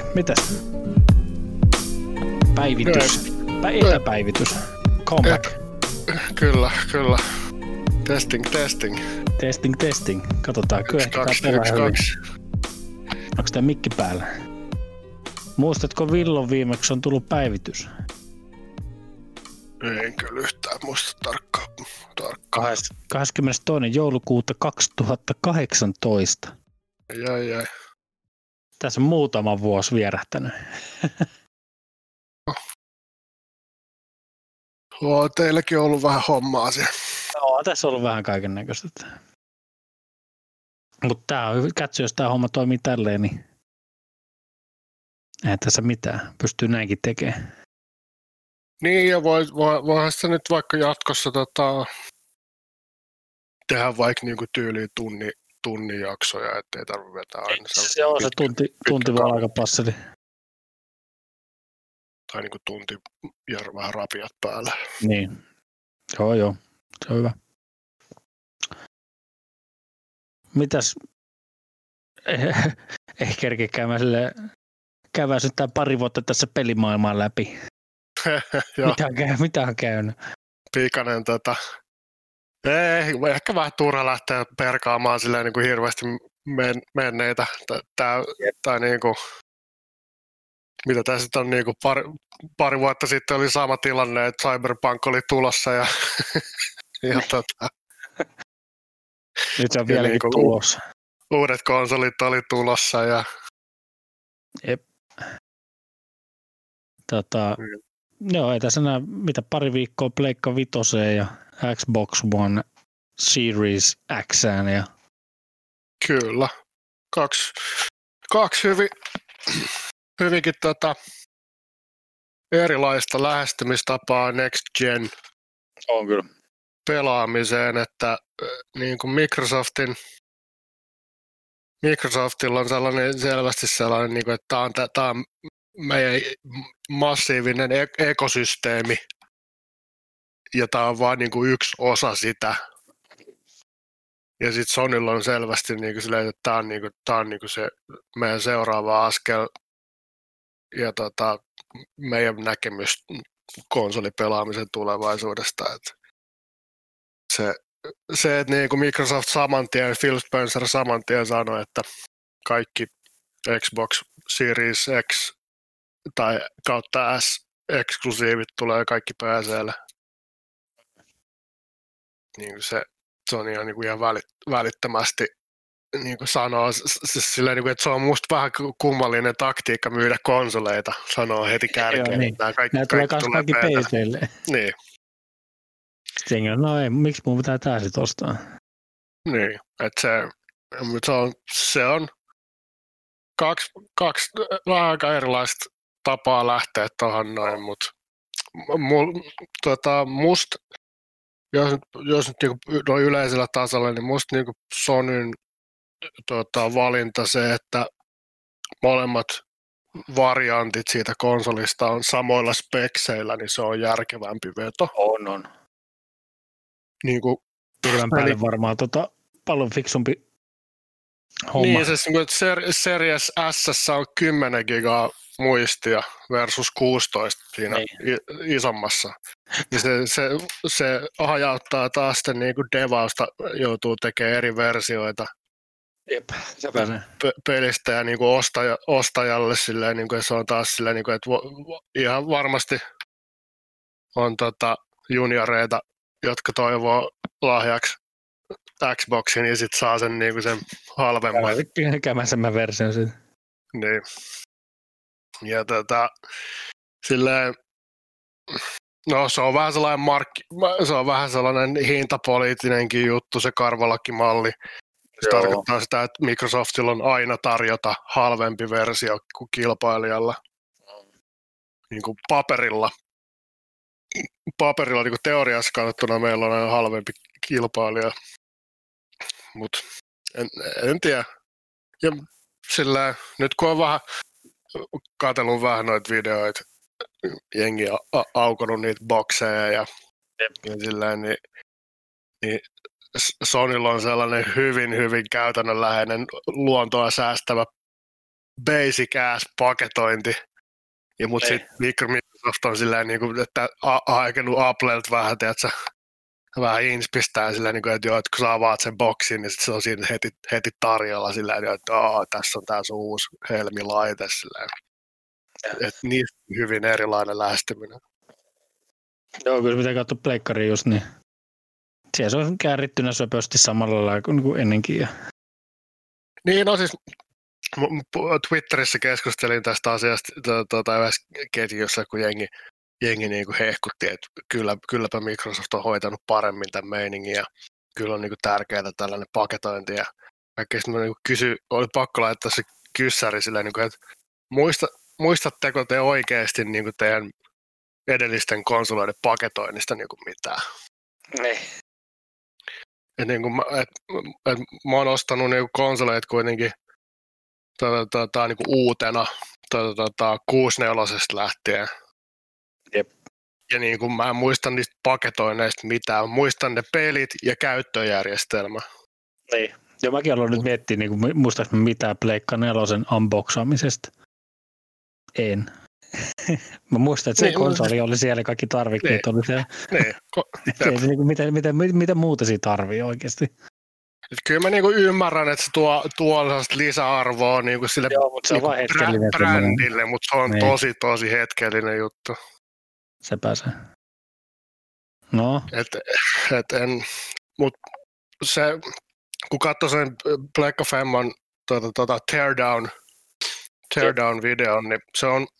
Mitäs? Päivitys. Etäpäivitys. Comeback. Kyllä. Testing. Katsotaan, kyllä ehkä tää onko tää mikki päällä? Muistatko Villon viimeksi on tullut päivitys? En kyllä yhtään muista tarkkaan. 22. joulukuuta 2018. Jäi. Tässä on muutama vuosi vierähtänyt. Teilläkin on ollut vähän hommaa siellä. Joo, tässä on ollut vähän kaiken näköistä. Mutta tää on katso, jos tää homma toimii tälleen, niin ei tässä mitään. Pystyy näinkin tekemään. Niin, ja voihan sitä nyt vaikka jatkossa tehdä vaikka niinku tyyliin tunnin jaksoja, ettei tarvitse vetää aina. Se on se tunti vaan aika passeli. Tai niinku tunti ja vähän rapiat päällä. Niin. Joo. Se on hyvä. Mitäs? Ei kerkeä käydään nyt tää pari vuotta tässä pelimaailmaan läpi. Mitä on käynyt? Pikainen ehkä vähän turha lähteä perkaamaan silleen niin kuin hirveästi menneitä. Tai niin kuin, mitä tässä on niin kuin pari vuotta sitten oli sama tilanne, että Cyberpunk oli tulossa ja nyt se on vieläkin niin tulossa. Uudet konsolit oli tulossa ja Jep. Joo, ei tässä enää pari viikkoa Pleikka Vitoseen ja Xbox One Series Xään ja kyllä. Kaksi hyvinkin erilaista lähestymistapaa Next Gen on kyllä pelaamiseen, että niin kuin Microsoftilla on selvästi sellainen, niin kuin, että tämä on meidän massiivinen ekosysteemi, ja tämä on vain niin kuin yksi osa sitä. Ja sitten Sonylla on selvästi niin kuin silleen, että tämä on niin kuin se meidän seuraava askel ja meidän näkemys konsolipelaamisen tulevaisuudesta. Että se, että niin kuin Microsoft Phil Spencer saman tien sanoi, että kaikki Xbox Series X tai kautta S-eksklusiivit tulee kaikki PC:lle. Niin se on ihan, niin kuin ihan välittömästi niin kuin sanoo, siis silleen, niin kuin, että se on musta vähän kummallinen taktiikka myydä konsoleita, sanoo heti kärkeen. Niin. Nämä kaikki kaikki PC:lle. Niin. Sitten no ei, miksi mun pitää tää sit ostaa? Niin, että se on kaksi vähän aika erilaista tapaa lähteä tuohon noin, mutta musta, jos nyt niinku noin yleisellä tasolla, niin musta niinku Sonyn valinta se, että molemmat variantit siitä konsolista on samoilla spekseillä, niin se on järkevämpi veto. On. Niinku, Hirveän päälle varmaan paljon fiksumpi homma. Niin, siis Series S on 10 gigaa muistia versus 16 siinä isommassa. Ja se hajauttaa taas sitten niin kuin devausta, joutuu tekemään eri versioita. Jep, se pääsee. Pelistä ja niin kuin ostajalle silleen, niin kuin se on taas silleen, niin kuin, että ihan varmasti on junioreita, jotka toivoo lahjaksi Xboxin ja sitten saa sen, niin kuin sen halvemman. Kämäsemmän version siitä. Niin. Ja silleen, no se on vähän sellainen hintapoliittinenkin juttu, se karvalakkimalli. Se tarkoittaa sitä, että Microsoftilla on aina tarjota halvempi versio kuin kilpailijalla. Niin kuin paperilla niin kuin teoriassa katsottuna meillä on aina halvempi kilpailija. Mutta en tiedä. Ja sillä nyt kun on vähän katsellut vähän noita videoita, jengi on aukonut niitä bokseja ja silleen, niin Sonylla on sellainen hyvin, hyvin käytännönläheinen luontoa säästävä basic ass paketointi. Ja mut sit Microsoft on sillä niinku, että aikenut Applelta vähän, tiiätsä, vähän inspistää sillä niinku, että joo, että kun sä avaat sen boksin, niin sit se on siinä heti tarjolla sillä että tässä on tää sun uusi helmilaite sillä. Että niistä on hyvin erilainen lähestyminen. Joo, kyllä pitää katsoa pleikkariin just niin. Siellä se on käärittynä söpösti samalla lailla kuin ennenkin. Niin, no siis Twitterissä keskustelin tästä asiasta yhdessä ketjussa, kun jengi niin kuin hehkutti, että kylläpä Microsoft on hoitanut paremmin tämän meiningin ja kyllä on niin kuin tärkeää tällainen paketointi. Ja kaikkea sitten niin oli pakko laittaa se kyssäri silleen, niin kuin, että muistatteko te oikeasti niin kuin teidän edellisten konsoleiden paketoinnista niin kuin mitään? Niin. Niin kuin mä oon ostanut niin konsoleita kuitenkin niin kuin uutena 64 lähtien. Jep. Ja niin kuin mä en muista niistä paketoinneista mitään. Muistan ne pelit ja käyttöjärjestelmä. Niin. Joo, mäkin aloin nyt miettiä, niin kuin, muistaaks mä mitään Pleikka 4 unboxaamisesta. En. Mä muistan, että se konsoli oli siellä, kaikki tarvikkeet oli siellä. Mitä muuta siinä tarvii oikeasti? Kyllä mä niinku ymmärrän, että se tuo lisäarvoa niinku sille niinku brändille, mutta se on tosi hetkellinen juttu. Sepä se. No. Mut se, kun katsoi sen Pleikka Femman teardown-videon, niin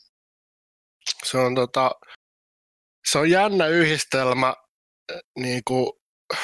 se on jännä yhdistelmä niinku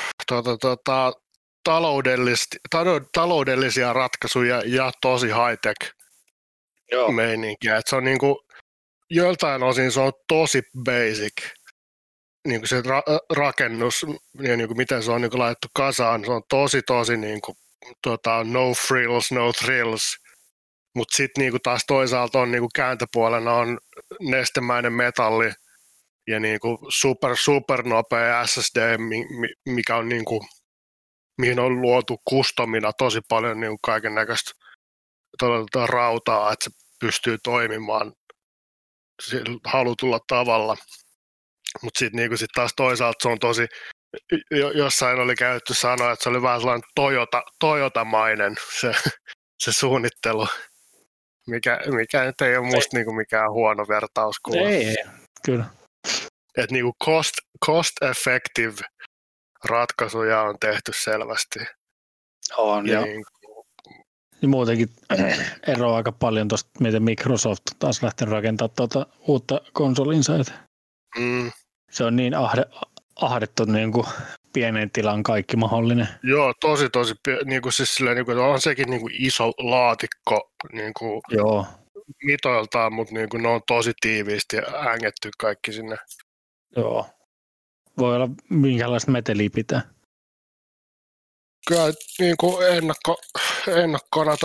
taloudellisia ratkaisuja ja tosi high-tech meininkiä. Et se on niinku, joiltain osin se on tosi basic. Niinku se rakennus ja niinku miten se on niinku laitettu kasaan, se on tosi niinku, no frills, no thrills. Mutta sitten niinku taas toisaalta on niinku kääntöpuolena on nestemäinen metalli ja niinku super nopea SSD, mikä on niinku, mihin on luotu customina tosi paljon niinku kaiken näköistä rautaa, että se pystyy toimimaan halutulla tavalla. Mutta sitten niinku sit taas toisaalta se on tosi, jossain oli käytetty sanoa, että se oli vähän sellainen Toyota-mainen se suunnittelu. Mikä nyt ei ole musta niinku mikään huono vertauskuva. Ei, kyllä. Et niinku cost effective ratkaisuja on tehty selvästi. On, ja muutenkin eroaa aika paljon tuosta, miten Microsoft taas lähtee rakentamaan tuota uutta konsolinsa. Se on niin ahdettu niin kuin pienen tilan kaikki mahdollinen. Joo, tosi niinku siis silleen, niinku, on sekin niinku iso laatikko niinku mitoiltaan, mutta niinku, ne on tosi tiiviisti ängetty kaikki sinne. Joo. Voi olla minkälaista meteliä pitää. Kyllä niinku ennakkona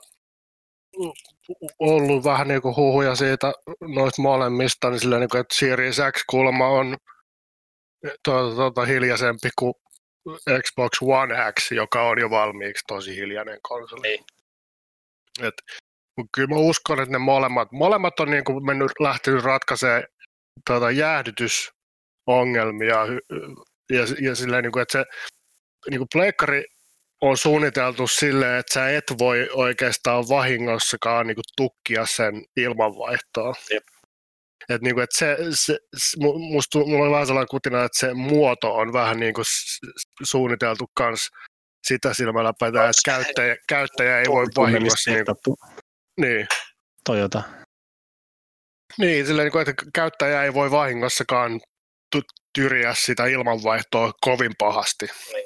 ollut vähän niinku huhuja siitä noista molemmista, niin silleen, niinku, että Series X-kulma on hiljaisempi kuin Xbox One X, joka on jo valmiiksi tosi hiljainen konsoli. Kyllä mä uskon, että ne molemmat on niinku lähtenyt ratkaisemaan jäähdytysongelmia ja silleen, niinku, että se niinku pleikkari on suunniteltu silleen, että sä et voi oikeastaan vahingossakaan niinku tukkia sen ilmanvaihtoa. Että niinku, et mulla on vähän sellainen kutina, että se muoto on vähän niinku suunniteltu kans sitä silmällä päin, että käyttäjä ei voi vahingossa. Niin. Toyota. Niin, silleen, että käyttäjä ei voi vahingossakaan tyriä sitä ilmanvaihtoa kovin pahasti.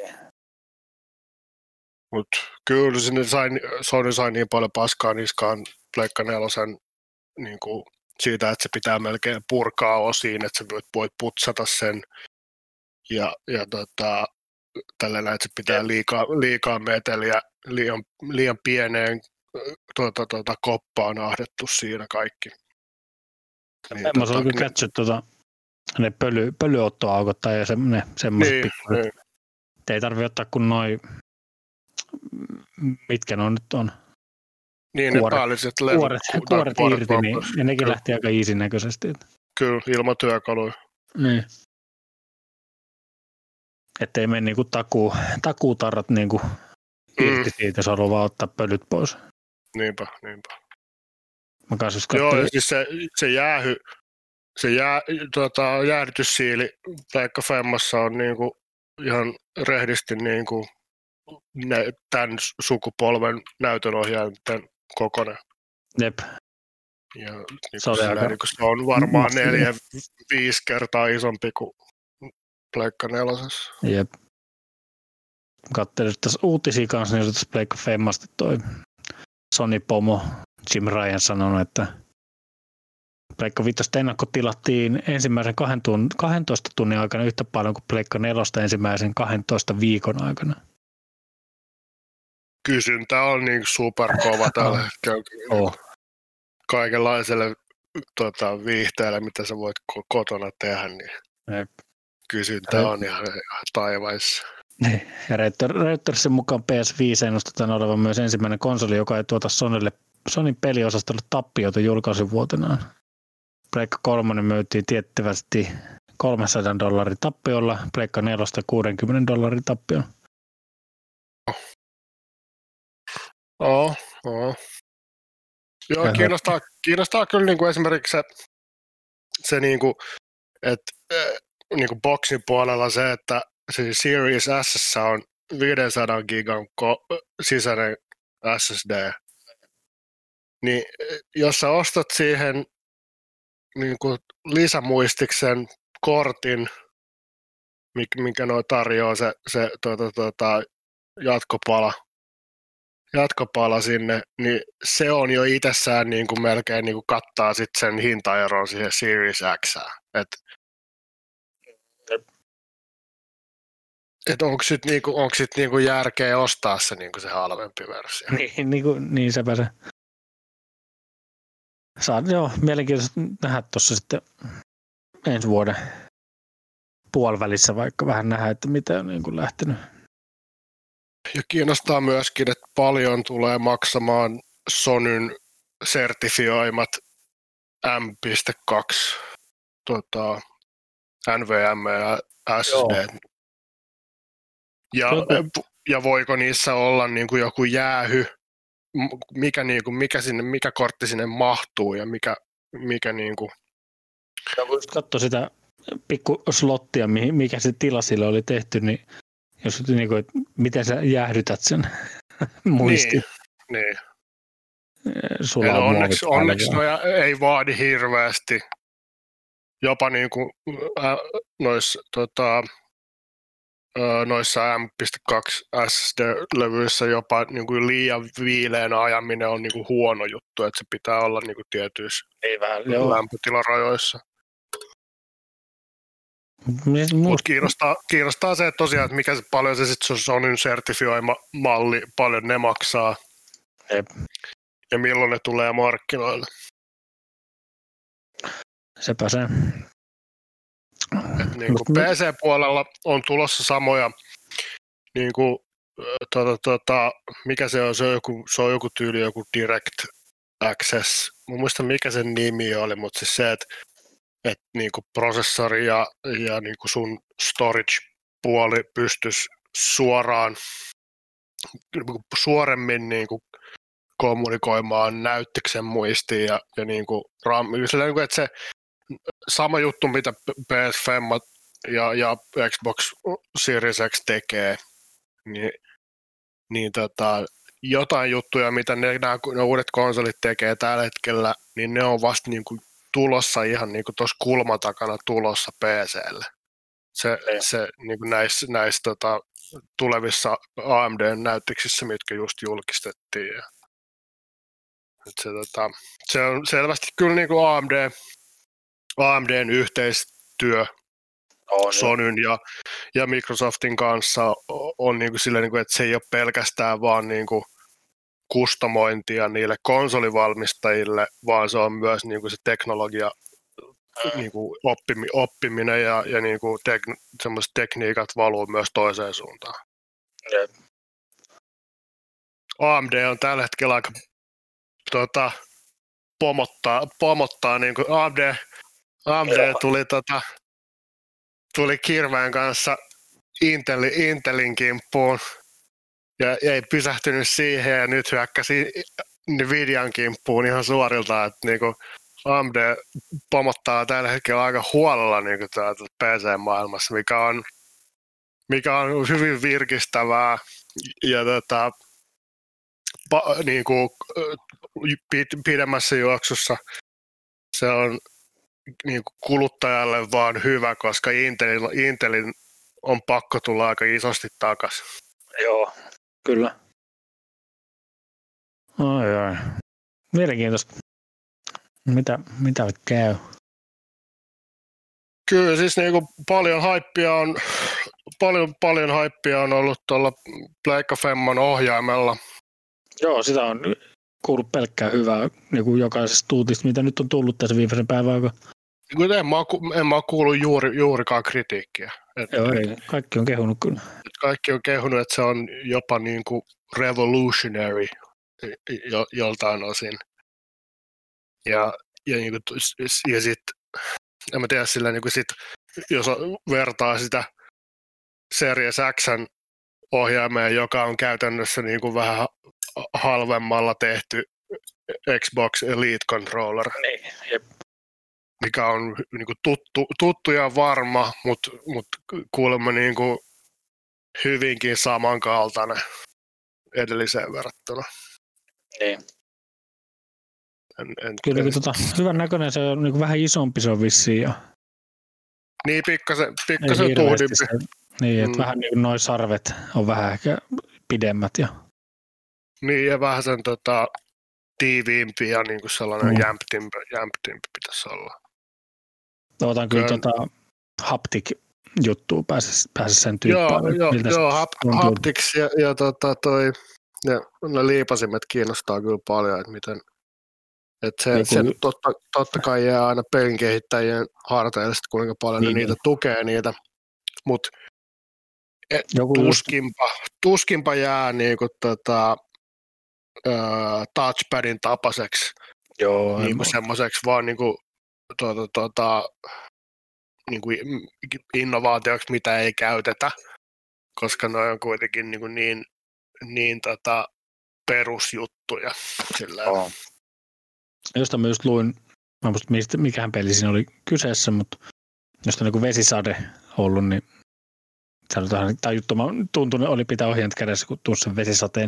Mutta kyllä Sony sai niin paljon paskaa niskaan Pleikka 4 niinku siitä, että se pitää melkein purkaa osiin, että sä voit putsata sen ja tällä että se pitää liikaa meteliä, liian pieneen koppaan ahdettu siinä kaikki. Niin, mä oon kyllä katsoa ne pölyottoaukot tai semmoiset pikkuiset. Ei tarvitse ottaa kuin mitkä ne nyt on. Niin, ne päälliset levut. Kuoret irti, niin, ja nekin lähti aika easy näköisesti. Kyllä, ilman työkaluja. Niin. Että ei mene niinku takuutarrat niinku irti siitä, jos haluaa vaan ottaa pölyt pois. Niinpä. Mä kanssa joo, ja siis se jäähdytyssiili Pleikka Femmassa on niinku ihan rehdisti niinku tämän sukupolven näytönohjaajien kokoinen. Jep. Ja niinku se on varmaan 4-5 kertaa isompi kuin Pleikka 4. Jep. Katselin tässä uutisia kanssa, niin tässä Pleikka Femmasta toi Sony Pomo Jim Ryan sanonut, että Pleikka 5 ennakko tilattiin ensimmäisen 12 tunnin aikana yhtä paljon kuin Pleikka 4 ensimmäisen 12 viikon aikana. Kysyntä on niin superkova tällä hetkellä. Kaikenlaiselle viihteelle, mitä sä voit kotona tehdä, niin kysyntä on ihan taivaissa. Ja Reutersin mukaan PS5 ennustetaan olevan myös ensimmäinen konsoli, joka ei tuota Sonyn peliosastolle tappioita julkaisuvuotenaan. Pleikka 3 myytiin tiettävästi $300 tappiolla, Pleikka 4 $60 tappiolla. Joo, kiinnostaa kyllä niin kuin esimerkiksi se niin kuin, että niin kuin boxin puolella se, että se Series S on 500 gigan sisäinen SSD. Niin jos sä ostat siihen niin kuin lisämuistiksen kortin, minkä noi tarjoaa se jatkopala sinne, niin se on jo itsessään niin kuin melkein niin kuin kattaa sit sen hintaeron siihen Series X:ään. Onko sit niinku järkeä ostaa se niinku se halvempi versio? Niin sepä se. Joo, mielenkiintoista nähdä tuossa sitten ensi vuoden puolivälissä vaikka vähän nähdä, että mitä on niin kuin lähtenyt. Ja kiinnostaa myöskin, että paljon tulee maksamaan Sonyn sertifioimat M.2 NVMe ja SSD. Ja voiko niissä olla niin kuin joku jäähy, mikä kortti sinne mahtuu ja mikä niin kuin. Voisit katsoa sitä pikku slottia, mikä se tila sille oli tehty, niin jos niin kuin, miten sä jäähdytät sen muistin. Niin. Onneksi ei vaadi hirveästi. Jopa niin kuin noissa M.2 SSD-levyissä jopa niin kuin liian viileän ajaminen on niin kuin huono juttu, että se pitää olla niin kuin tietyissä lämpötilarajoissa. Mutta kiinnostaa se, että tosiaan, että mikä paljon se sitten Sonyn sertifioima malli, paljon ne maksaa. Jep. Ja milloin ne tulee markkinoille. Sepä se. Niin kuin PC-puolella on tulossa samoja, niin kuin, mikä se on, se on joku tyyli, joku Direct Access. Mä muistan mikä sen nimi oli, mutta siis se, että niin kuin prosessori ja niin kuin sun storage-puoli pystyisi suoremmin niin kuin kommunikoimaan näyttiksen muistiin ja niin kuin että se sama juttu, mitä PS5 ja Xbox Series X tekee, niin jotain juttuja, mitä nämä uudet konsolit tekee tällä hetkellä, niin ne on vasta niin kuin tulossa ihan niin kuin tuossa kulman takana tulossa PC:lle. Se niin kuin näissä tulevissa AMD-näyttöksissä, mitkä just julkistettiin. Se on selvästi kyllä niin kuin AMDn yhteistyö Sonyn ja Microsoftin kanssa on niin kuin silleen, niin kuin, että se ei ole pelkästään vaan niin kuin kustomointia niille konsolivalmistajille, vaan se on myös niin kuin se teknologia, niin kuin oppiminen ja niin kuin semmoiset tekniikat valuu myös toiseen suuntaan. AMD on tällä hetkellä pomottaa niin kuin AMD tuli kirveen kanssa Intelin kimppuun ja ei pysähtynyt siihen ja nyt hyökkäsi Nvidian kimppuun ihan suorilta, että niinku AMD pomottaa tällä hetkellä aika huolella niinku PC-maailmassa, mikä on hyvin virkistävää ja niinku pidemmässä juoksussa se on niinku kuluttajalle vaan hyvä, koska Intelin on pakko tulla aika isosti takaisin. Joo, kyllä. Ai. Mielenkiintoista. Mitä käy? Kyllä siis niinku paljon haippia on ollut tuolla Pleikka Femman ohjaimella. Joo, sitä on kuullut pelkkää hyvää niin jokaisesta tuutista, mitä nyt on tullut tässä viimeisen päivän aikana. En mä kuullut juurikaan kritiikkiä. Joo, ei. Kaikki on kehunut kyllä. Kaikki on kehunut, että se on jopa niinku revolutionary joltain osin. Ja sitten, en mä tiedä sillä niinku sit, jos vertaa sitä Series X:n ohjaimeen, joka on käytännössä niinku vähän halvemmalla tehty Xbox Elite Controller. Niin, jep. Mikä on niinku tuttu ja varma, mutta kuulemma niinku hyvinkin samankaltainen edelliseen verrattuna. Niin. Kyllä hyvän näköinen, se on niin vähän isompi se on vissiin. Ja niin, pikkasen tuhdimpi. Niin, että vähän niin noi sarvet on vähän ehkä pidemmät. Ja niin, ja vähän sen tiiviimpi ja niin kuin sellainen jämptimpi pitäisi olla. Otan kyllä haptic-juttua pääse sen tyyppään. Joo, haptics ja ne liipasimet kiinnostaa kyllä paljon, että miten että se totta kai jää aina pelin kehittäjien harteille, kuinka paljon niin, niitä tukee niitä, mutta tuskinpa jää niinku touchpadin tapaiseksi, niinku semmoiseksi vaan niinku niinku innovaatioksi, mitä ei käytetä, koska ne on kuitenkin niinku niin perusjuttuja. Josta mä just luin, mä muistin mikähän peli siinä oli kyseessä, mutta josta niin vesisade ollut, niin tämä juttu tuntui, oli pitää ohjaimet kädessä, kun tunsi sen vesisateen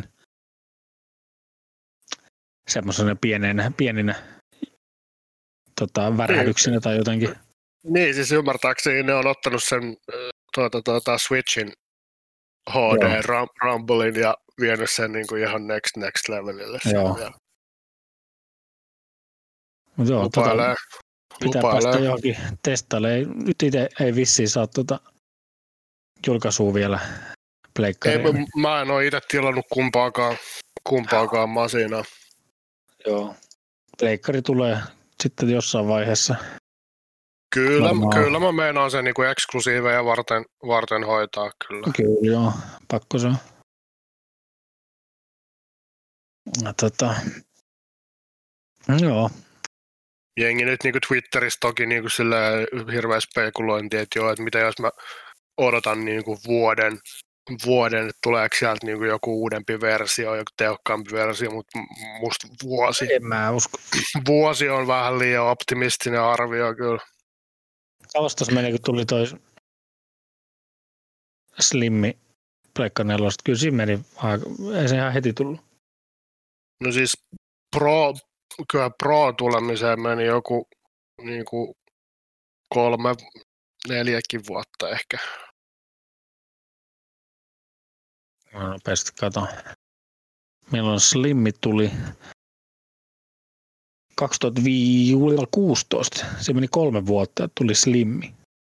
semmoisena pieninä värähdyksinä tai jotenkin. Niin, siis ymmärtääkseni ne on ottanut sen Switchin HD Rumblein ja vienyt sen niin kuin ihan next levelille. Joo. Joo, pitää päästä johonkin testaille. Nyt itse ei vissiin saa julkaisua vielä pleikkariin. Mä en ole itse tilannut kumpaakaan masinaa. Joo, pleikkari tulee sitten jossain vaiheessa. Kyllä mä meinaan sen niinku eksklusiiveja varten hoitaa kyllä. Kyllä joo, pakko se on. Joo. Jengi nyt niinku Twitterissä toki niinku hirveä spekulointi, että joo, että mitä jos mä odotan niinku vuoden, että tuleeko sieltä niinku joku uudempi versio, joku tehokkaampi versio, mutta musta vuosi. En mä usko. Vuosi on vähän liian optimistinen arvio kyllä. Kauas tuossa meni, kun tuli toi Slimmi Pleikka 4, kyllä siinä meni, ei se ihan heti tullut. No siis Pro tulemiseen meni joku niinku 3-4 vuotta ehkä. Mä nopeasti katon. Milloin Slimmi tuli? 2016. Se meni 3 vuotta, että tuli Slimmi.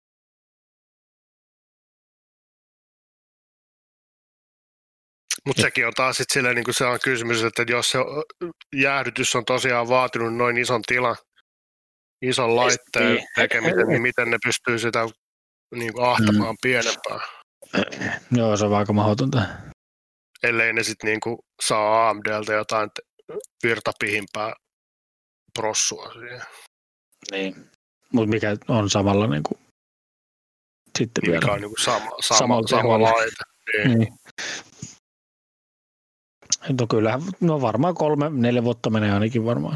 Mutta sekin on taas sitten silleen, niin se on kysymys, että jos se jäähdytys on tosiaan vaatinut noin ison tilan, ison laitteen tekemisen, niin miten ne pystyy sitä niin kuin ahtamaan pienempään? Joo, se on aika mahdotonta. Ellei ne sitten niin saa AMDltä jotain virtapihimpää prossua siihen. Niin, mutta mikä on samalla niin kuin sitten niin, vielä. Mikä on niin kuin sama laite. Niin. No kyllähän, no varmaan 3-4 vuotta menee ainakin varmaan.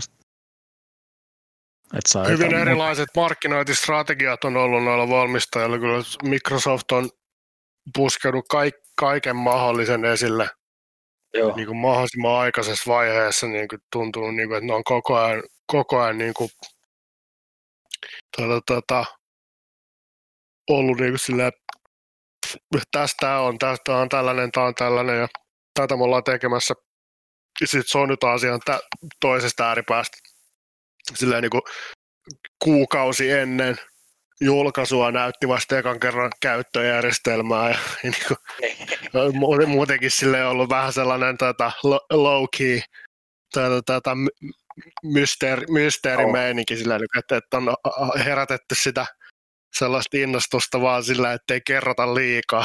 Hyvin erilaiset markkinointistrategiat on ollut noilla valmistajilla. Kyllä Microsoft on puskenut kaiken mahdollisen esille. Joo. Niin kuin mahdollisimman aikaisessa vaiheessa niin kuin tuntunut, niin kuin, että ne on koko ajan niin kuin, ollut niin kuin silleen, tästä on tällainen ja tätä me ollaan tekemässä. Sitten Sony taas ihan toisesta ääripäästä silleen niin kuin kuukausi ennen julkaisua näytti vasta ekan kerran käyttöjärjestelmää ja niin kuin, muutenkin silleen ollut vähän sellainen low key mysteerimeininki sillä, että on herätetty sitä sellaista innostusta vaan sillä, ettei kerrota liikaa.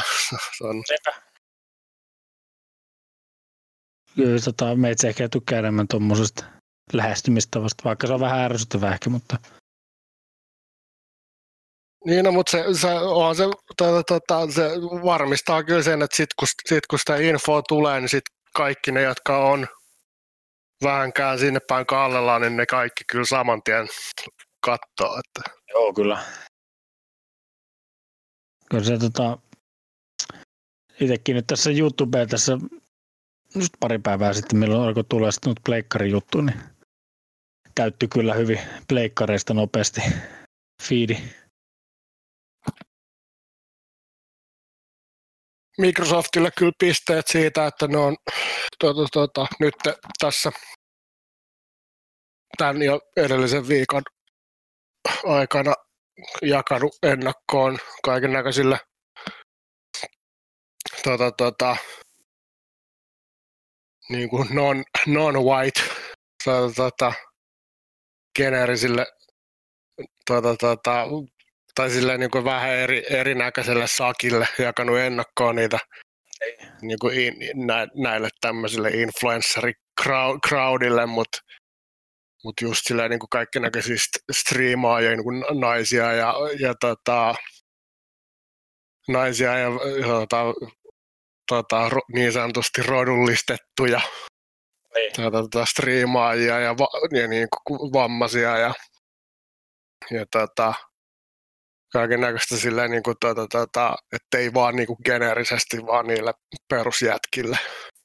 Kyllä meitä ehkä tykkää enemmän tuommoisesta lähestymistavasta, vaikka se on vähän ärsyttävää ehkä, mutta... Niin, no, mutta se varmistaa kyllä sen, että sit kun sitä infoa tulee, niin sit kaikki ne, jotka on vähänkään sinne päin kallellaan, niin ne kaikki kyllä saman tien katsoo. Että. Joo, kyllä. Kyllä se itsekin nyt tässä YouTubeen tässä just pari päivää sitten, milloin alkoi tulla sitten pleikkarin juttu, niin täyttyi kyllä hyvin pleikkareista nopeasti feedi. Microsoftille kyllä pisteet siitä, että ne on nyt tässä tämän ja edellisen viikon aikana jakanut ennakkoon kaiken näköisille niin kuin non-white geneerisille tai silleen niin kuin vähän erinäköiselle sakille jakanut ennakkoon niitä niin kuin näille tämmöisille influenssari-crowdille, mutta just silleen niin kuin kaikkinaikaisia striimaajia, niin kuin naisia ja niin sanotusti rodullistettuja striimaajia ja niin kuin vammaisia ja kaikennäköistä silleen, niin kuin, ettei vaan niin kuin geneerisesti, vaan niille perusjätkille.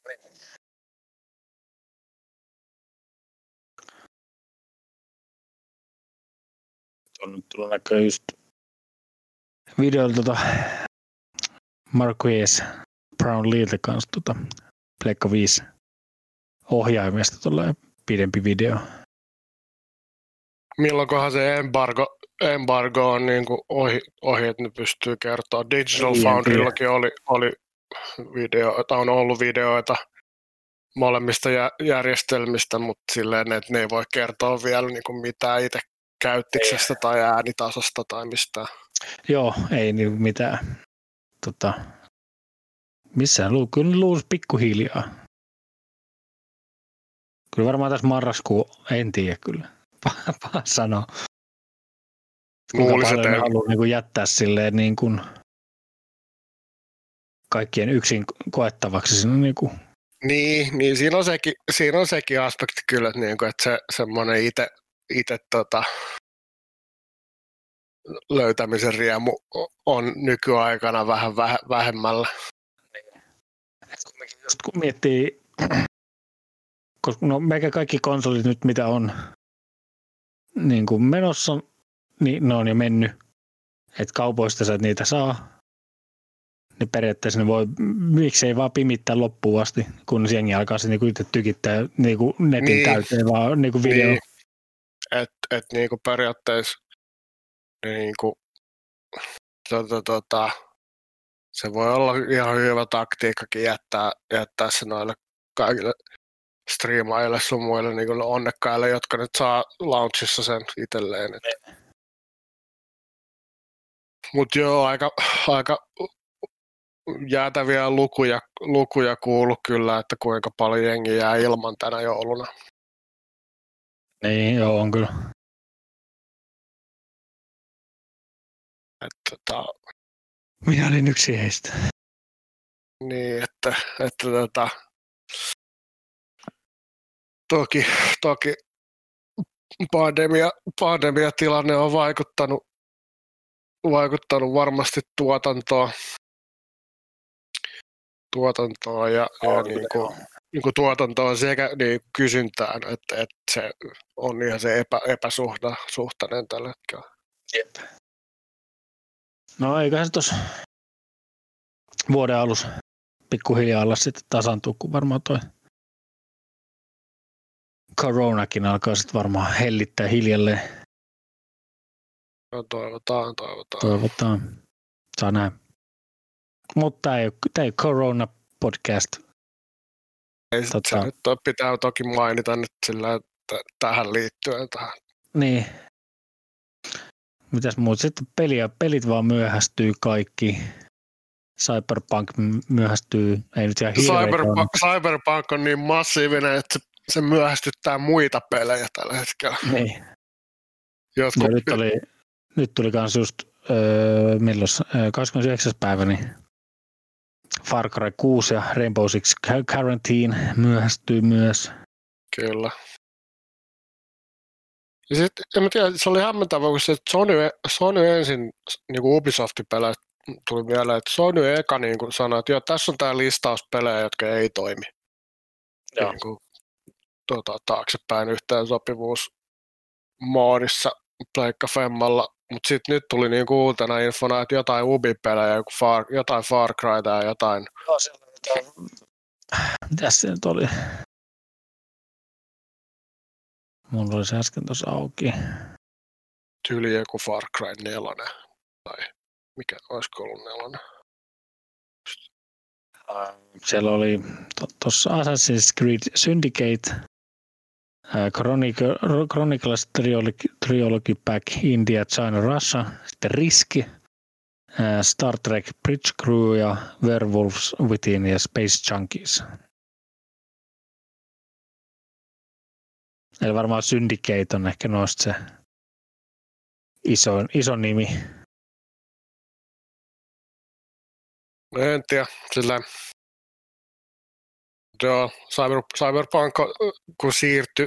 On nyt tullut näköjään just videolta Marquez Brownleeltä kanssa Pleikka 5 ohjaimesta tulee pidempi video. Milloinkohan se embargo on niin kuin ohi, että ne pystyy kertoa. Digital Foundryllakin oli videoita, on ollut videoita molemmista järjestelmistä, mutta silleen, että ne ei voi kertoa vielä niin kuin mitään itse käyttiksestä tai äänitasosta tai mistään. Joo, ei niin mitään. Missään kyllä luulisi pikkuhiljaa. Kyllä varmaan tässä marraskuu, en tiedä kyllä. Paha sanoa. Kuinka paljon ne haluaa niin kuin jättää silleen niin kuin kaikkien yksin koettavaksi siinä niin kuin. Niin siinä on sekin aspekti kyllä, että, niin kuin, että se semmoinen itse löytämisen riemu on nykyaikana vähän vähemmällä. Just kun miettii, koska meikä kaikki konsolit nyt mitä on niin kuin menossa, niin ne on jo mennyt. Että kaupoista sä et niitä saa. Niin periaatteessa ne voi, miksei vaan pimittää loppuun asti, kun jengi alkaa sitten niinku itse tykittää niinku netin täyteen vaan niinku video. Niin. Et niinku periaatteessa niinku se voi olla ihan hyvä taktiikkakin jättää se noille kaikille striimaajille sun muille niinku onnekkaille, jotka nyt saa launchissa sen itselleen. Mut joo, aika jäätäviä lukuja kuulu kyllä, että kuinka paljon jengi jää ilman tänä jouluna. Niin, joo, on kyllä. Minä olin yksi heistä. Niin, että toki pandemiatilanne on vaikuttanut varmasti tuotantoon ja niin kuin tuotantoon sekä niin kysyntään, että se on ihan se epäsuhtainen tällä hetkellä. Jep. No eiköhän se tuossa vuoden alussa pikkuhiljaa olla sitten tasaantuu, kun varmaan toi koronakin alkaa sitten varmaan hellittää hiljalleen. No, toivotaan. Saa nähdä. Mutta tämä ei ole korona-podcast. Se nyt pitää toki mainita nyt sillä, että tähän liittyen. Niin. Mitäs muut? Sitten pelit vaan myöhästyy kaikki. Cyberpunk myöhästyy. Ei nyt ihan Cyberpunk on niin massiivinen, että se myöhästyttää muita pelejä tällä hetkellä. Niin. Nyt tuli kans just milloin 29. päivä, niin Far Cry 6 ja Rainbow Six Quarantine myöhästyy myös. Kyllä. Ja sitten, en mä tiedä, se oli hämmentävä, kun se Sony ensin niin kuin Ubisoftin pelejä tuli mieleen, että Sony eka niin kuin sanoi, että joo, tässä on tämä listaus pelejä, jotka ei toimi. Niin kuin, taaksepäin yhteensopivuusmoodissa Pleikka Femmalla. Mutta sitten nyt tuli niinku uutena infona, että jotain Ubi-pelejä, jotain Far Cryta ja jotain. Mitäs se nyt oli? Mulla oli se äsken tuossa auki. Tyyli joku Far Cry 4. Tai mikä olisiko ollut 4? Siellä oli tuossa Assassin's Creed Syndicate, Chronicles Trilogy Pack India, China, Russia, sitten Riski, Star Trek Bridge Crew ja Werewolves Within ja Space Junkies. Eli varmaan Syndicate on ehkä noista se iso nimi. En tiedä, sillä joo, Cyberpunk kun siirtyi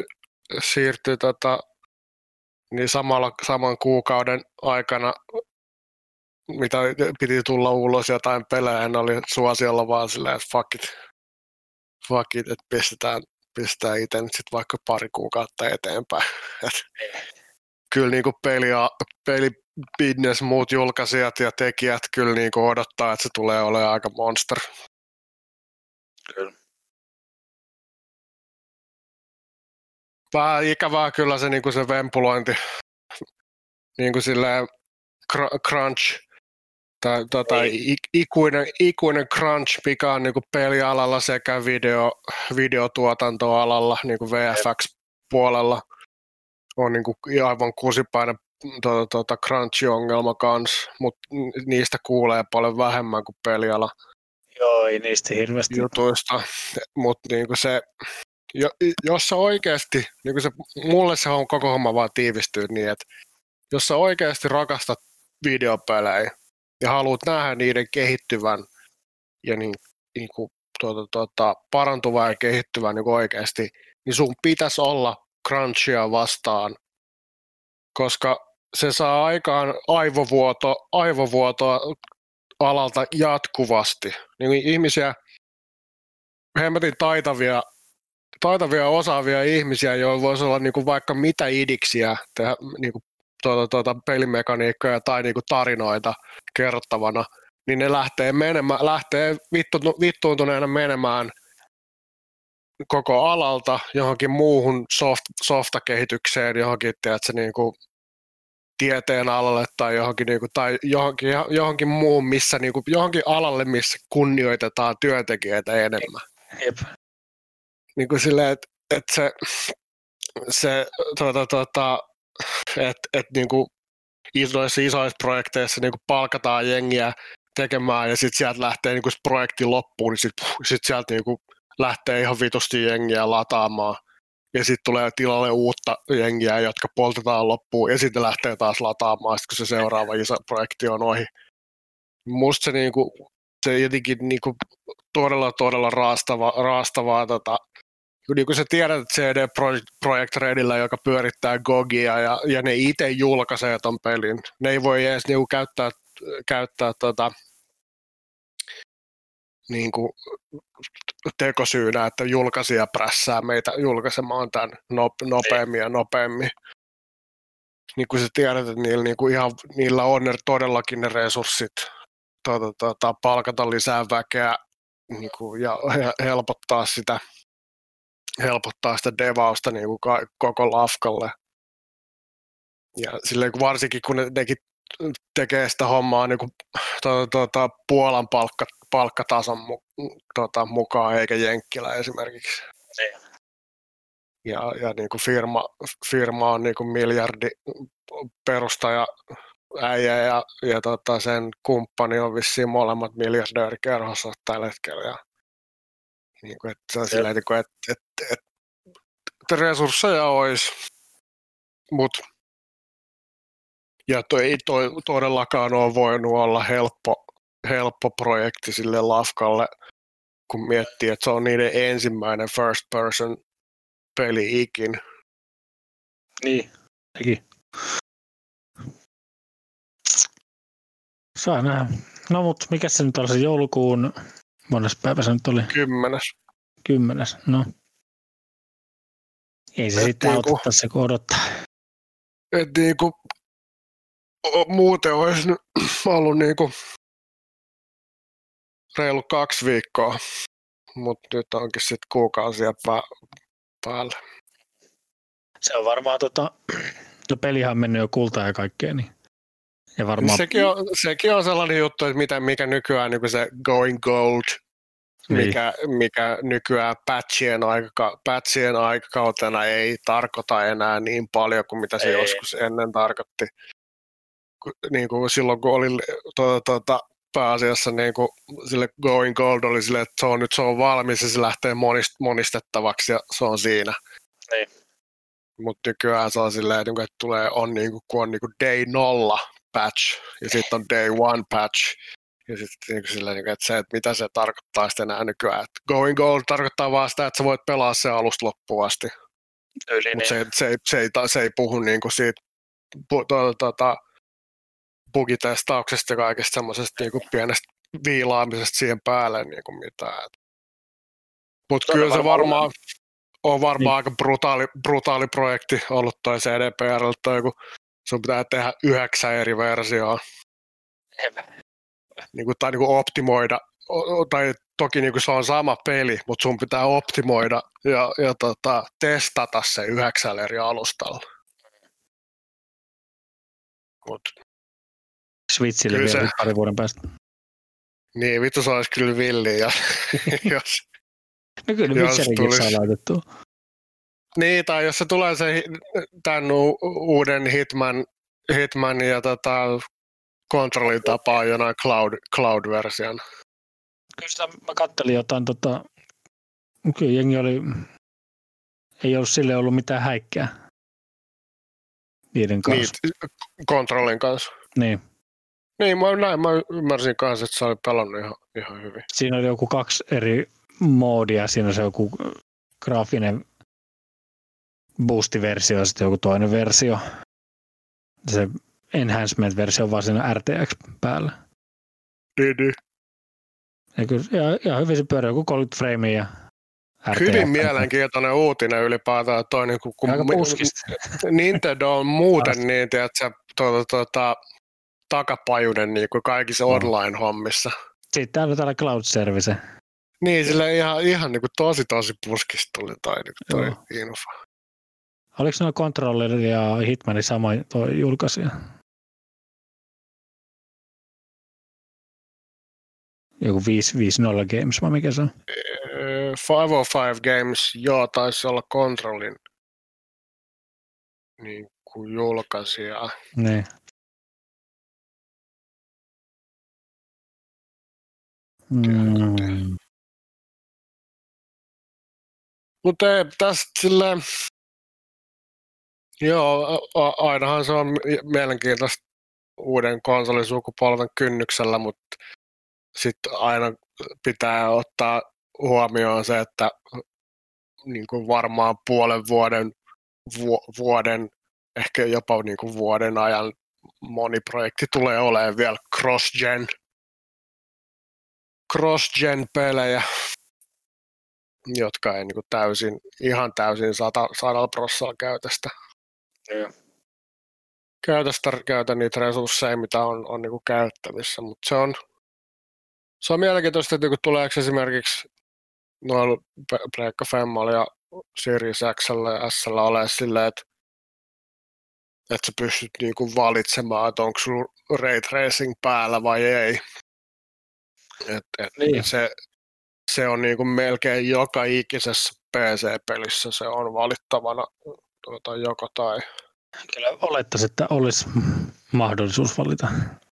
niin saman kuukauden aikana, mitä piti tulla ulos jotain pelejä, ne oli suosiolla vaan silleen, että fuck it, että pistetään itse nyt sitten vaikka pari kuukautta eteenpäin. Kyllä niinku pelibusiness, muut julkaisijat ja tekijät kyllä niinku odottaa, että se tulee olemaan aika monster. Kyllä. Vähän ikävää kyllä se, niinku se vempulointi, niinku silleen crunch, tai ikuinen crunch, mikä on niinku pelialalla sekä videotuotantoalalla, niinku VFX-puolella, on niinku aivan kusipäinen crunch-ongelma kans, mutta niistä kuulee paljon vähemmän kuin peliala. Joo, ei niistä hirveästi jutuista, mutta niinku se, jos sä oikeasti, niinku se, mulle se on koko homma vaan tiivistyy niin, että jos sä oikeasti rakastat videopelejä ja haluat nähdä niiden kehittyvän ja niinku parantuvan ja kehittyvän niinku oikeasti, niin sun pitäisi olla crunchia vastaan, koska se saa aikaan aivovuotoa alalta jatkuvasti. Niin ihmisiä, hemmetin taitavia osaavia ihmisiä, joilla voisi olla niinku vaikka mitä idiksiä tehdä niinku pelimekaniikkoja tai niinku tarinoita kerrottavana, niin ne lähtee vittuuntuneena menemään koko alalta johonkin muuhun softakehitykseen, johonkin niinku tieteen alalle tai johonkin muuhun, missä niinku johonkin alalle, missä kunnioitetaan työntekijöitä enemmän. Jep. Niinku silleen, että niinku isoissa projekteissa niinku palkataan jengiä tekemään ja sitten sieltä lähtee niinku projekti loppuun, niin sit sieltä niinku lähtee ihan vitusti jengiä lataamaan. ja sitten tulee tilalle uutta jengiä, jotka poltetaan loppuun, ja sitten lähtee taas lataamaan, kun se seuraava iso projekti on ohi. Musta se, niinku, se jotenkin niinku, todella raastavaa niin kuin sä tiedät, että CD Projekt Redillä, joka pyörittää GOGia ja ne itse julkaisee ton pelin. Ne ei voi edes niinku käyttää niinku tekosyynä, että julkaisija prässää meitä julkaisemaan tämän nopeammin ja nopeammin. Niin kuin sä tiedät, että niillä on todellakin ne resurssit palkata lisää väkeä niinku, ja helpottaa sitä devausta niin kuin koko lafkalle. Ja silleen, varsinkin kun nekin tekee sitä hommaa niin kuin, Puolan palkkatason mukaan, eikä Jenkkilä esimerkiksi. Ja niin kuin firma on niin kuin miljardi perustaja äijä ja sen kumppani on vissiin molemmat miljardöörikerhossa tällä hetkellä. Ja, niin kuin, että silleen, että resursseja olisi, mutta ja ei todellakaan ole voinut olla helppo projekti sille lafkalle, kun miettii, että se on niiden ensimmäinen first person peli ikin. Niin, sekin. Saa nähdä. No mut mikä se nyt oli se joulukuun, mones päivä se nyt oli? 10. No. Ei se sitten auta tässä, kun odottaa. Et niinku, muuten olisi ollut niinku reilu 2 viikkoa, mutta nyt onkin sitten kuukausia päällä. Se on varmaan no pelihan on mennyt jo kultaan ja kaikkea, niin. Ja varmaan. Sekin on sellainen juttu, että mikä nykyään niin se going gold, niin. mikä nykyään patchien aikakautena ei tarkoita enää niin paljon kuin mitä se joskus ennen tarkoitti. Niin kuin silloin kun oli pääasiassa niin kuin sille going gold oli sille, että se on valmis ja se lähtee monistettavaksi ja se on siinä. Niin. Mutta nykyään se on silleen, että kun on day 0 patch ja sitten on day 1 patch. Ja sitten silleen, että se, että mitä se tarkoittaa sitten enää nykyään. Että going gold tarkoittaa vaan sitä, että sä voit pelaa se alusta loppuun asti. Mutta se ei puhu niinku siitä bugitestauksesta ja kaikesta semmoisesta niinku pienestä viilaamisesta siihen päälle niinku mitään. Mutta kyllä se varmaan on aika brutaali projekti ollut toi CDPR:ltä, kun sun pitää tehdä 9 eri versioa. Tai optimoida, tai toki se on sama peli, mutta sun pitää optimoida ja testata se 9 eri alustalla. Switchille vielä pari vuoden päästä. Niin, vittu se olisi kyllä villiä, jos no kyllä Witcherikin saa laitettua. Niin, tai jos se tulee tämän uuden Hitman ja kontrollin tapaa jonain cloud-version. Kyllä sitä mä kattelin jotain, kyllä jengi ei ollut sille ollut mitään häikkää niiden kanssa. Niin, kontrollin kanssa. Niin. Niin, mä ymmärsin kanssa, että se oli pelannut ihan hyvin. Siinä oli joku 2 eri moodia, siinä on se joku graafinen boosti-versio ja sitten joku toinen versio. Se enhancement-versio on vaan siinä RTX päällä. Niin. Ja kyllä ihan hyvin se pyörii, joku 30 framea ja RTX. Hyvin mielenkiintoinen uutinen ylipäätään. Toi, niin kun aika puskista. Nintendo on muuten niin, tiedätkö, takapajunen niin kuin kaikissa online-hommissa. Sitten täällä cloud service. Niin, sillä ihan niin kuin tosi puskista tuli toi info. Oliko nuo Controller ja Hitmanin sama toi julkaisija? Joku 550 Games vai mikä se on? 505 Games, joo, taisi olla Controlin niin kuin julkaisija. Niin. Mutta tästä silleen, joo, ainahan se on mielenkiintoista uuden konsolisukupolven kynnyksellä, mutta sitten aina pitää ottaa huomioon se, että niin kuin varmaan puolen vuoden, ehkä jopa niin kuin vuoden ajan moni projekti tulee olemaan vielä cross-gen pelejä, jotka ei niin kuin ihan täysin 100% käytä niitä resursseja, mitä on niin kuin käyttävissä, mutta se on mielenkiintoista, että niin tuleeko esimerkiksi noilla Pleikka Femmalla ja Series X:llä ja S:llä olemaan silleen, että sä pystyt niin kuin valitsemaan, että onko sulla ray tracing päällä vai ei. Niin. Se on niin kuin melkein joka ikisessä PC-pelissä se on valittavana joko tai. Kyllä olettaisin, että olisi mahdollisuus valita.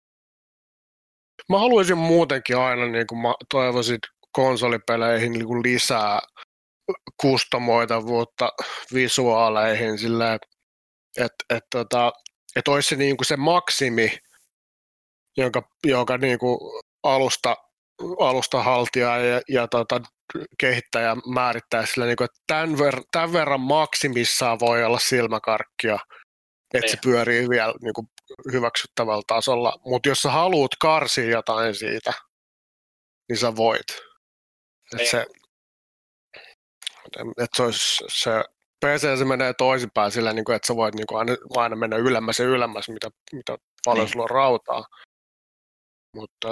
Mä haluaisin muutenkin aina, niin kuin mä toivoisin konsolipeleihin niin kuin lisää kustomoitavuutta visuaaleihin silleen, että olisi se, niin kuin se maksimi, jonka niin kuin alustahaltija ja kehittäjä määrittää sillä, niin kuin, että tämän verran maksimissaan voi olla silmäkarkkia, että se pyörii vielä niin kuin hyväksyttävällä tasolla. Mutta jos sä haluat karsia jotain siitä, niin sä voit. Että se PC se menee toisinpäin sillä, niin kuin, että sä voit niin kuin aina mennä ylemmäs ja ylemmäs, mitä paljon sulla on rautaa. Mutta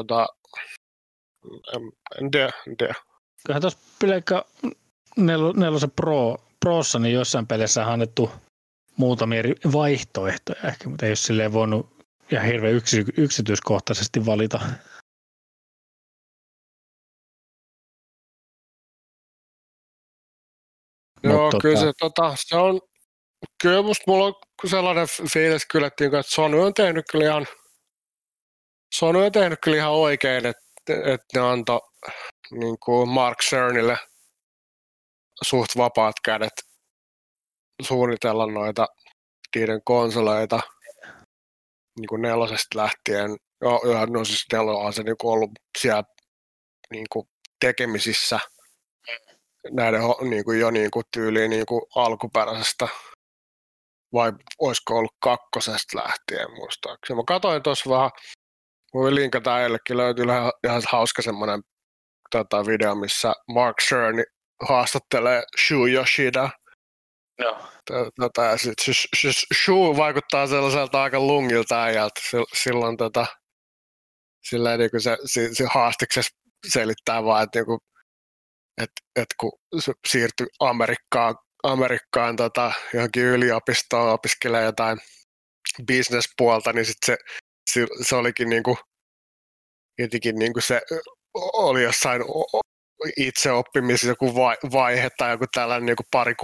en tiedä. Kyllähän tuossa Pleikka 4 Prossa, niin jossain peleissä on annettu muutamia eri vaihtoehtoja ehkä, mutta ei ole silleen voinut ihan hirveän yksityiskohtaisesti valita. Joo, kyllä se on, kyllä mulla on sellainen fiilis kyllä, että Sony on tehnyt kyllä ihan oikein, että ne antoi niin kuin Mark Cernille suht vapaat kädet suunnitella noita niiden konsoleita niin kuin 4 lähtien. No siis 4 on se niin kuin ollut siellä niin kuin tekemisissä näiden niin kuin jo niin kuin tyyliin niin kuin alkuperäisestä, vai olisiko ollut 2 lähtien muistaakseni. Mä katsoin tuossa vähän, voi linkata eilekin, löytyy ihan hauska semmoinen video, missä Mark Cerny haastattelee Shu Yoshida. Joo. Shu vaikuttaa sellaiselta aika lungilta äijältä. Silloin sillä niin kuin se haastiksessa selittää vaan, että niinku, kun se siirtyi Amerikkaan johonkin yliopistoon opiskelee jotain business-puolta, niin sit se olikin niinku, jotenkin niinku se oli jossain itseoppimisessa joku vaihe tai joku tällainen niinku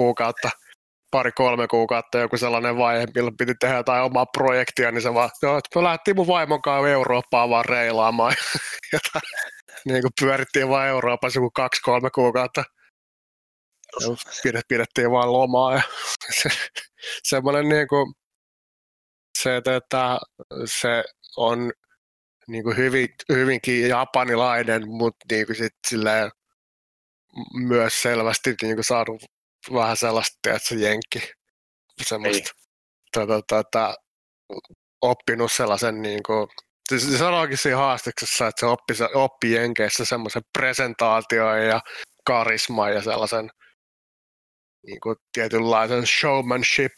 2-3 kuukautta joku sellainen vaihe, milloin piti tehdä jotain omaa projektia, niin se vaan, että me lähdettiin mun vaimon kanssa Eurooppaan vaan reilaamaan. Niin kuin pyörittiin vaan Euroopassa joku 2-3 kuukautta. Pidettiin vaan lomaa. Ja semmoinen niin kuin, että se on niin kuin hyvinkin japanilainen, mutta niin kuin sit silleen myös selvästi niin kuin saanut vähän sellaista, että se jenkki semmoista oppinut sellaisen niin kuin, se sanoikin siinä haastiksessa, että se oppi jenkeissä semmoisen presentaation ja karisman ja sellaisen niin kuin tietynlaisen showmanship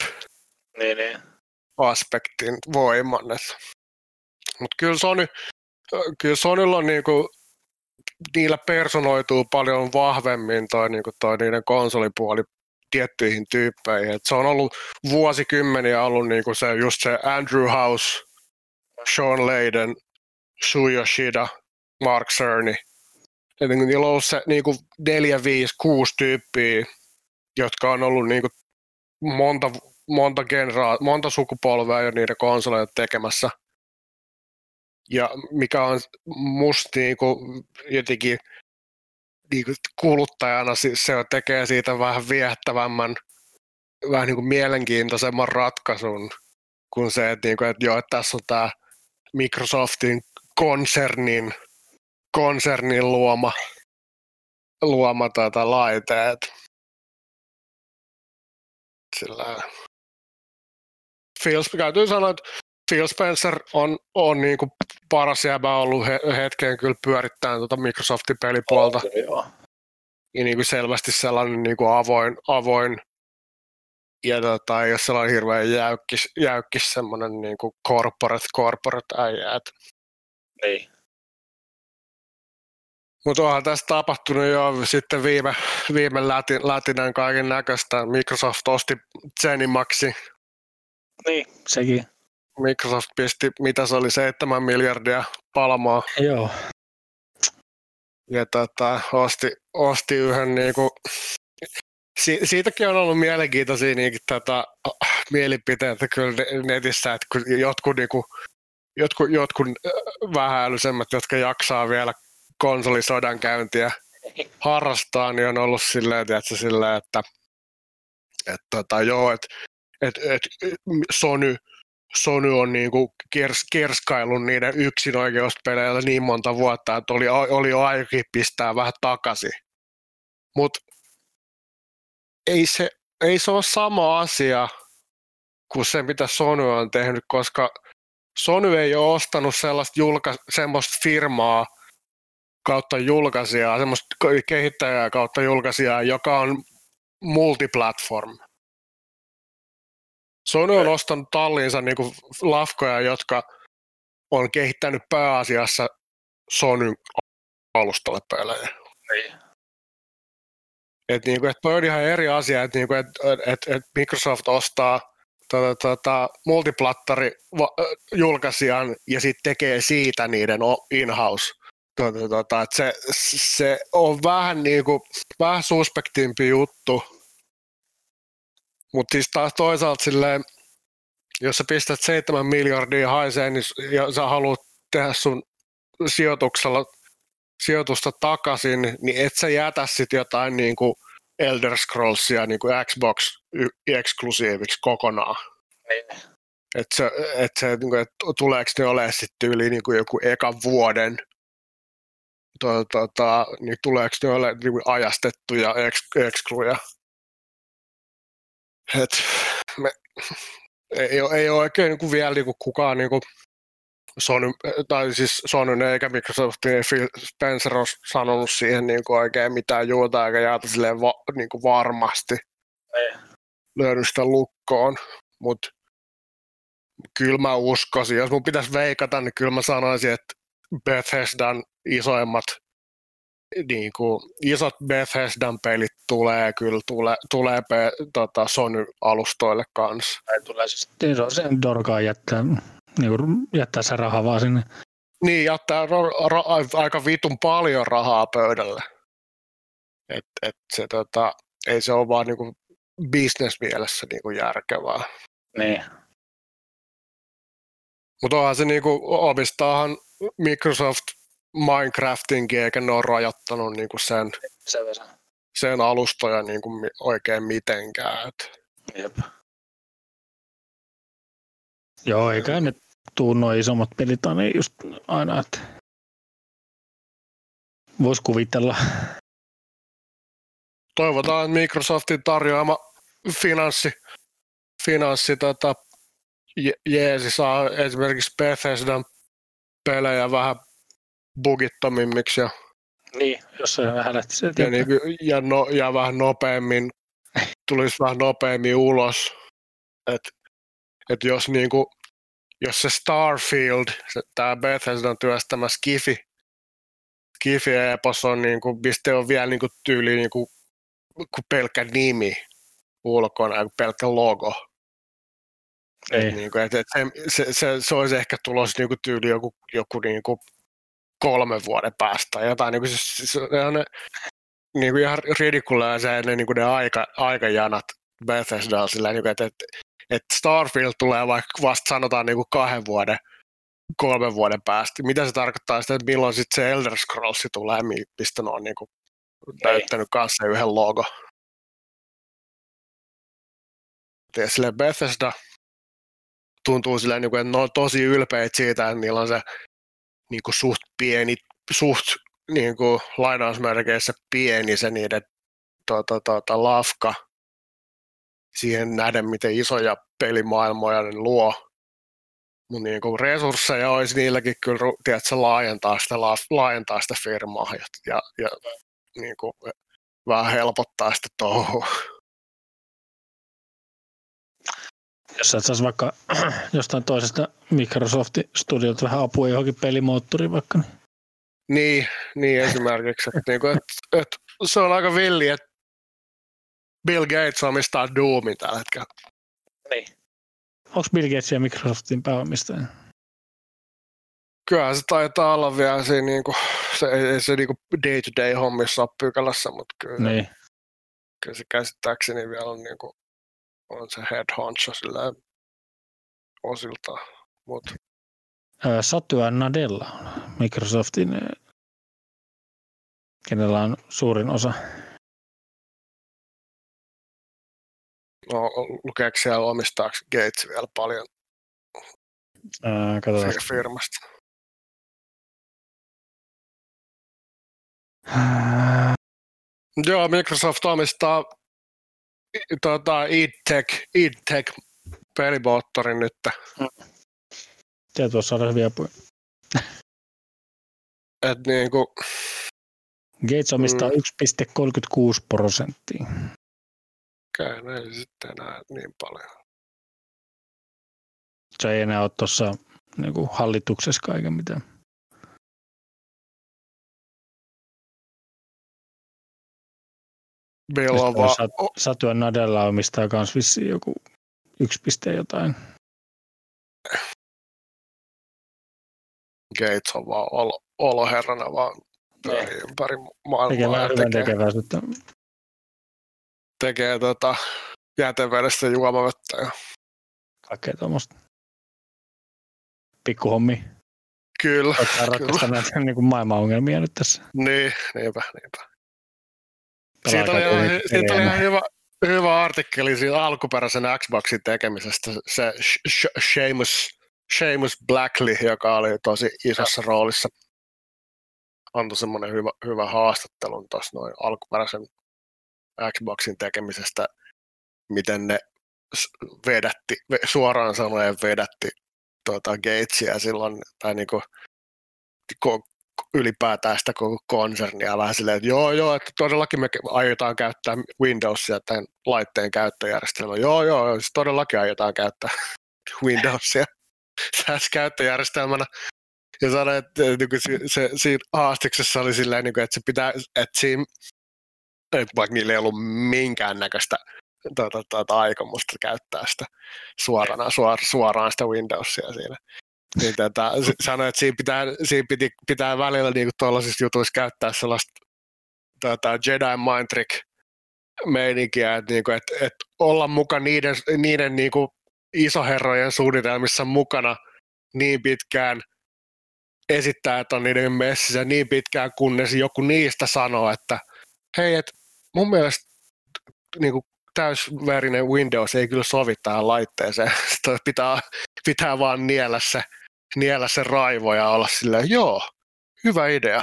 aspektin voiman. Mutta kyllä Sonylla on niinku, niillä personoituu paljon vahvemmin toi niiden konsolipuoli tiettyihin tyyppeihin. Et se on ollut vuosikymmeniä niinku just se Andrew House, Sean Layden, Shu Yoshida, Mark Cerny. Et niillä on ollut se niinku 4, 5, 6 tyyppiä, jotka on ollut niinku monta sukupolvea jo niiden konsoleita tekemässä. Ja mikä on musta niinku jotenkin niin kuin kuluttajana se tekee siitä vähän viehättävämmän, vähän niin kuin mielenkiintoisemman ratkaisun kuin se, että, niin kuin, että tässä on tämä Microsoftin konsernin luoma laite. Sillä täytyy sanoa, että Phil Spencer on niin kuin paras jäbä ollut hetkeen kyllä pyörittämään Microsoftin pelipuolta. Ja niin kuin selvästi sellainen niin kuin avoin ja ei ole sellainen hirveän jäykkis semmoinen niin kuin corporate äijä. Ei. Mutta onhan tässä tapahtunut jo sitten viime lätinän kaiken näköistä. Microsoft osti Zenimaxi. Niin, sekin. Microsoft pisti, mitä se oli, 7 miljardia palmaa. Joo. Ja osti yhden niinku, siitäkin on ollut mielenkiintoisia niinku, mielipiteitä kyllä netissä, että kun jotkut vähäilysemmät, jotka jaksaa vielä konsolisodan käyntiä harrastaa, niin on ollut silleen, että Sony on niinku kerskaillut niiden yksinoikeuspeleillä niin monta vuotta, että oli jo aikakin pistää vähän takaisin. Mutta ei se ole sama asia kuin se, mitä Sony on tehnyt, koska Sony ei ole ostanut semmoista firmaa kautta julkaisijaa, semmoista kehittäjää kautta julkaisijaa, joka on multiplatform. Sony on ostanut talliinsa niinku lafkoja, jotka on kehittänyt pääasiassa Sonyn alustalle pelejä. Niinku, toi on ihan eri asia, että niinku, et Microsoft ostaa multiplattari julkaisijan ja sitten tekee siitä niiden in-house. Se on vähän suspektimpi juttu. Mutta siis taas toisaalta silleen, jos sä pistät 7 miljardia haiseen ja sä haluat tehdä sun sijoitusta takaisin, niin et sä jätä sit jotain niinku Elder Scrollsia niinku Xbox-eksklusiiviksi kokonaan. Tuleeko ne olemaan sitten yli niinku joku ekan vuoden, niin tuleeko ne olemaan niinku ajastettuja ekskluja. Ei ole oikein niinku vielä niinku kukaan niinku Sony eikä Microsoftin ja Phil Spencer ole sanonut siihen niinku oikein mitään juuta eikä jaata silleen niinku varmasti lyönyt sitä lukkoon, mutta kyllä mä uskoisin, jos mun pitäisi veikata, niin kyllä mä sanoisin, että Bethesdan isot Bethesdan pelit tulee Sony-alustoille kanssa. Tulee siis sen dorkaan jättää se raha vaan sinne. Niin, jättää aika vitun paljon rahaa pöydälle. Ei se ole vaan niinku business-mielessä niinku järkevää. Niin. Mutta onhan se niinku, omistaahan Microsoft Minecraftinkin, eikä ne ole rajoittanut niinku sen alustoja niinku oikein mitenkään. Jep. Joo, eikä ne tuu noin isommat pelit niin just aina, että vois kuvitella. Toivotaan, että Microsoftin tarjoama finanssi jeesi saa esimerkiksi Bethesdan pelejä vähän bugittomimmiksi niin, jos se vähän lähtisi ja vähän nopeammin, tulisi vähän nopeammin ulos. Et jos se Starfield, tämä Bethesdan työstämä Skifi-epos on mistä on vielä tyyli kuin pelkkä nimi ulkona ja pelkkä logo. Se olisi ehkä tulos tyyli joku 3 vuoden päästä. Jotain ihan ridiculous ne aikajanat Bethesdalla sillä että Starfield tulee vaikka vasta sanotaan 3 vuoden päästä. Mitä se tarkoittaa sitten, että milloin sitten se Elder Scrolls tulee, mistä ne on näyttänyt kanssa yhden logo. Ja silleen Bethesda tuntuu silleen, että ne on tosi ylpeitä siitä, että niillä on se niin kuin suht pieni, niin kuin lainausmerkeissä pieni se niiden lafka siihen nähden, miten isoja pelimaailmoja ne luo. Mun niin kuin resursseja olisi niilläkin kyllä, tiedätkö, laajentaa sitä firmaa ja niin kuin vähän helpottaa sitä touhua. Jos sä saisi vaikka jostain toisesta Microsoftin studiolta vähän apua johonkin pelimoottoriin vaikka. Niin esimerkiksi. Että se on aika villi, että Bill Gates omistaa Doomin tällä hetkellä. Niin. Onko Bill Gates ja Microsoftin pääomistaja? Kyllä se taitaa olla vielä siinä niinku, se niinku day-to-day hommissa ole pykälässä, mutta kyllä, niin. Kyllä se käsittääkseni vielä on, niinku, on se head honcho sillä osiltaan. Satya Nadella on Microsoftin, kenellä on suurin osa. No, lukeeko siellä omistaako Gates vielä paljon firmasta? Joo, Microsoft omistaa id Tech pelimoottorin nyt. Tiedät, voisi saada hyviä apuja. Niinku, Gates omistaa 1,36%. Okei, no ei sitten enää niin paljon. Se ei enää ole tuossa niinku hallituksessa kaiken mitään. Satya Nadella omistaa kans vissiin joku 1 jotain. Gates on vaan oloherrana vaan ympäri maailmaa. Tekee jätevedestä juomavettä. Ja kaikkea tuommoista. Pikkuhommi. Kyllä. Oletko ratkaista näitä niin maailman ongelmia nyt tässä? Niinpä. Siitä oli ihan hyvä artikkeli siitä alkuperäisen Xboxin tekemisestä. Se Seamus Blackley, joka oli tosi isossa roolissa, antoi semmoinen hyvä haastattelun tuossa noin alkuperäisen Xboxin tekemisestä, miten ne suoraan sanoen vedätti Gatesia silloin, tai niinku ylipäätään sitä koko konsernia vähän silleen, että joo, että todellakin me aiotaan käyttää Windowsia tämän laitteen käyttöjärjestelmää. Joo, siis todellakin aiotaan käyttää Windowsia tässä käyttöjärjestelmänä. Ja sanoin, että siinä haastiksessa oli silleen, että se pitää, että siinä, vaikka niillä ei ollut minkäännäköistä aikomusta käyttää sitä suoraan sitä Windowsia siinä. Niin sanoi, että siinä pitää välillä niinku tuollaisissa jutuissa käyttää sellaista Jedi Mind Trick meininkiä, että niinku, et olla mukaan niiden niinku isoherrojen suunnitelmissa mukana niin pitkään, esittää, että on niiden messissä niin pitkään, kunnes joku niistä sanoo, että hei, et mun mielestä niinku täysverinen Windows ei kyllä sovi tähän laitteeseen. Sitten pitää vaan niellä se raivo ja olla silleen, joo, hyvä idea.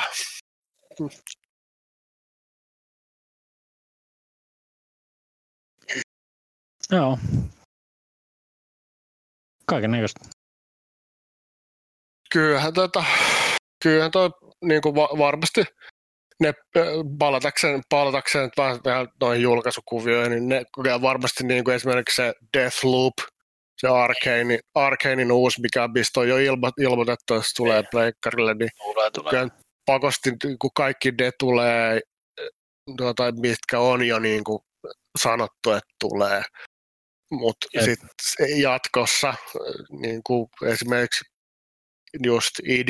Joo. Kaikennäköistä. Kyllähän toi niinku varmasti ne palatakseen vähän noihin julkaisukuvioihin, niin ne varmasti niinku esimerkiksi se Deathloop, se Arcanein uusi, mistä on jo ilmoitettu, että se tulee pleikkarille, niin tulee. Pakosti kun kaikki ne tulee, mitkä on jo niinku sanottu, että tulee. Mutta sitten jatkossa niinku esimerkiksi just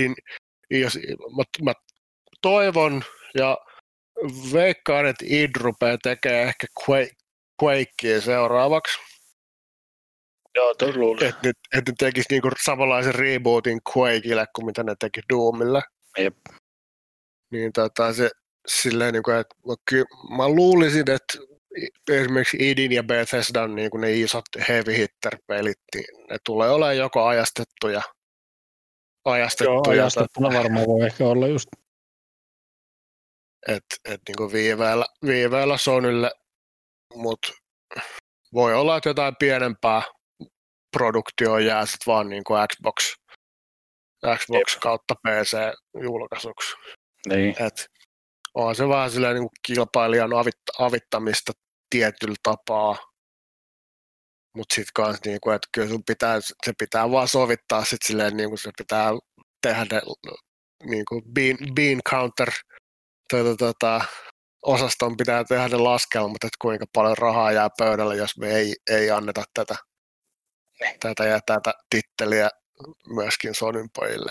mä toivon ja veikkaan, että id rupeaa tekemään ehkä Quakea seuraavaksi. Joo, luulen. Että ne tekisi niinku samanlaisen rebootin Quakeille kuin mitä ne teki Doomille. Jep. Niin silleen, niin kuin, että mä luulisin, että esimerkiksi idin ja Bethesdan niin kuin ne isot heavy hitter-pelit, niin ne tulee olemaan joko ajastettuja. Joo, ajastettuna varmaan voi ehkä olla just. Että niin kuin viiveellä Sonylle, mutta voi olla, että jotain pienempää produktioa jää sitten vaan niin kuin Xbox kautta PC-julkaisuksi. Niin. Et on se vähän silleen niin kuin kilpailijan avittamista tietyllä tapaa, mutta sitten kans niinku, että kyllä se pitää vaan sovittaa sit silleen niinku se pitää tehdä niinku bean counter osaston pitää tehdä ne laskelmat, että kuinka paljon rahaa jää pöydälle, jos me ei anneta tätä ja tätä titteliä myöskin Sonyn pojille.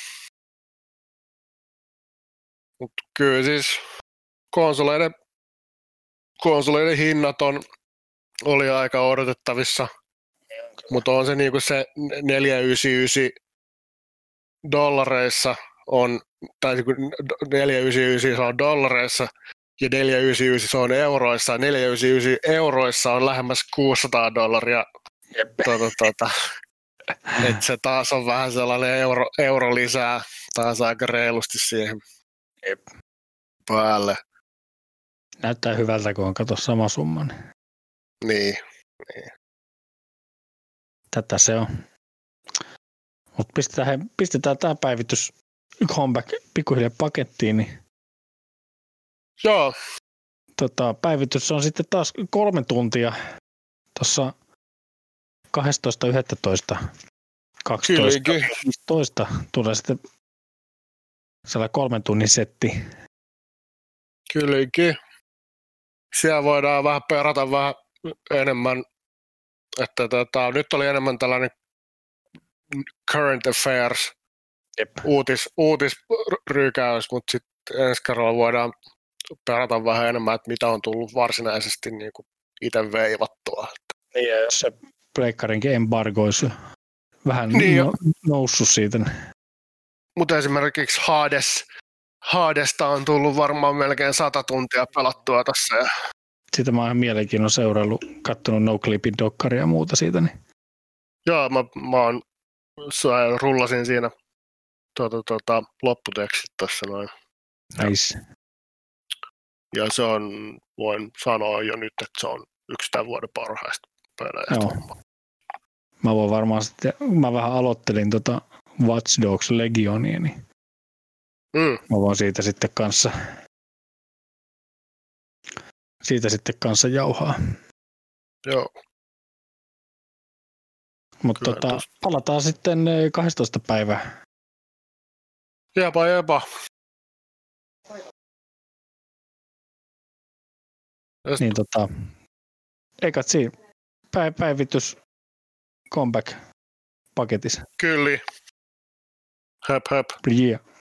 Mutta kyllä siis konsoleiden hinnat oli aika odotettavissa, mutta on se niinku se 499 dollareissa on, tai 499 se on dollareissa ja 499 se on euroissa. 499 euroissa on lähemmäs $600. Että se taas on vähän sellainen euro lisää taas aika reilusti siihen päälle. Näyttää hyvältä, kun on kato sama summa. Niin. Tätä se on. Mutta pistetään tämä päivitys comeback pikkuhiljaa pakettiin. Niin joo. Päivitys on sitten taas 3 tuntia tuossa 12.11.12.15 tulee sitten sellainen 3 tunnin setti. Kylläkin. Siellä voidaan vähän perata vähän enemmän, että nyt oli enemmän tällainen current affairs uutisrykäys, mutta sitten ensi kerralla voidaan perata vähän enemmän, että mitä on tullut varsinaisesti niin kuin itse veivattua. Niin, ja jos se pleikkarinkin embargo olisi vähän noussut siitä. Mutta esimerkiksi Hadesta on tullut varmaan melkein 100 tuntia pelattua tässä. Sitä mä oon ihan mielenkiinnolla seuraillut, katsonut NoClipin dokkaria ja muuta siitä. Niin. Joo, mä rullasin siinä lopputekstit tässä noin. Nice. Ja se on, voin sanoa jo nyt, että se on yksi tämän vuoden parhaista peleistä. Mä voin varmaan sitten, mä vähän aloittelin Watch Dogs Legionia, niin mä voin siitä sitten kanssa jauhaa. Joo. Mutta palataan sitten 12. päivää. Jepa. Niin eikä siinä päivitys comeback paketissa. Kyllä. Höp. Yeah.